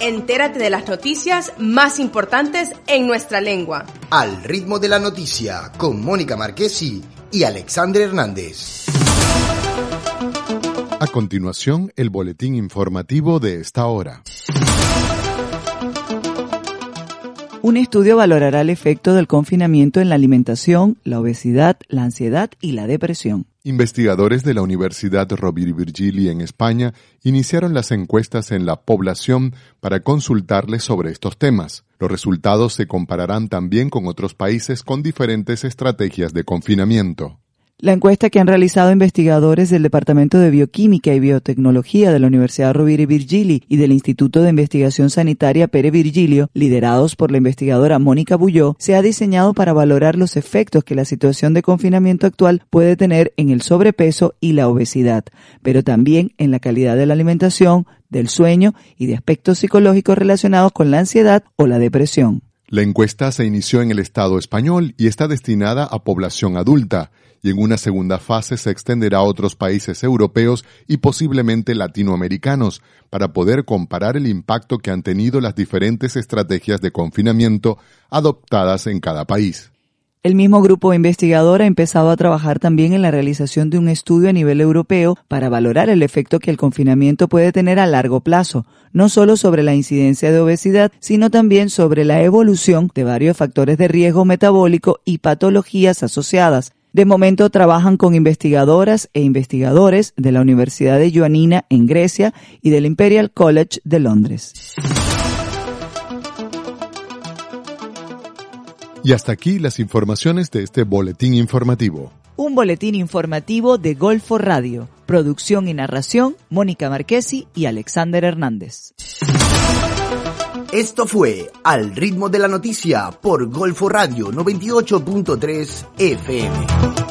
Entérate de las noticias más importantes en nuestra lengua. Al ritmo de la noticia, con Mónica Marchesi y Alexander Hernández. A continuación, el boletín informativo de esta hora. Un estudio valorará el efecto del confinamiento en la alimentación, la obesidad, la ansiedad y la depresión. Investigadores de la Universidad Rovira i Virgili en España iniciaron las encuestas en la población para consultarles sobre estos temas. Los resultados se compararán también con otros países con diferentes estrategias de confinamiento. La encuesta que han realizado investigadores del Departamento de Bioquímica y Biotecnología de la Universidad Rovira i Virgili y del Instituto de Investigación Sanitaria Pere Virgilio, liderados por la investigadora Mónica Bulló, se ha diseñado para valorar los efectos que la situación de confinamiento actual puede tener en el sobrepeso y la obesidad, pero también en la calidad de la alimentación, del sueño y de aspectos psicológicos relacionados con la ansiedad o la depresión. La encuesta se inició en el Estado español y está destinada a población adulta, y en una segunda fase se extenderá a otros países europeos y posiblemente latinoamericanos para poder comparar el impacto que han tenido las diferentes estrategias de confinamiento adoptadas en cada país. El mismo grupo investigador ha empezado a trabajar también en la realización de un estudio a nivel europeo para valorar el efecto que el confinamiento puede tener a largo plazo, no solo sobre la incidencia de obesidad, sino también sobre la evolución de varios factores de riesgo metabólico y patologías asociadas. De momento trabajan con investigadoras e investigadores de la Universidad de Ioannina en Grecia y del Imperial College de Londres. Y hasta aquí las informaciones de este boletín informativo. Un boletín informativo de Golfo Radio. Producción y narración, Mónica Marchesi y Alexander Hernández. Esto fue Al ritmo de la noticia por Golfo Radio 98.3 FM.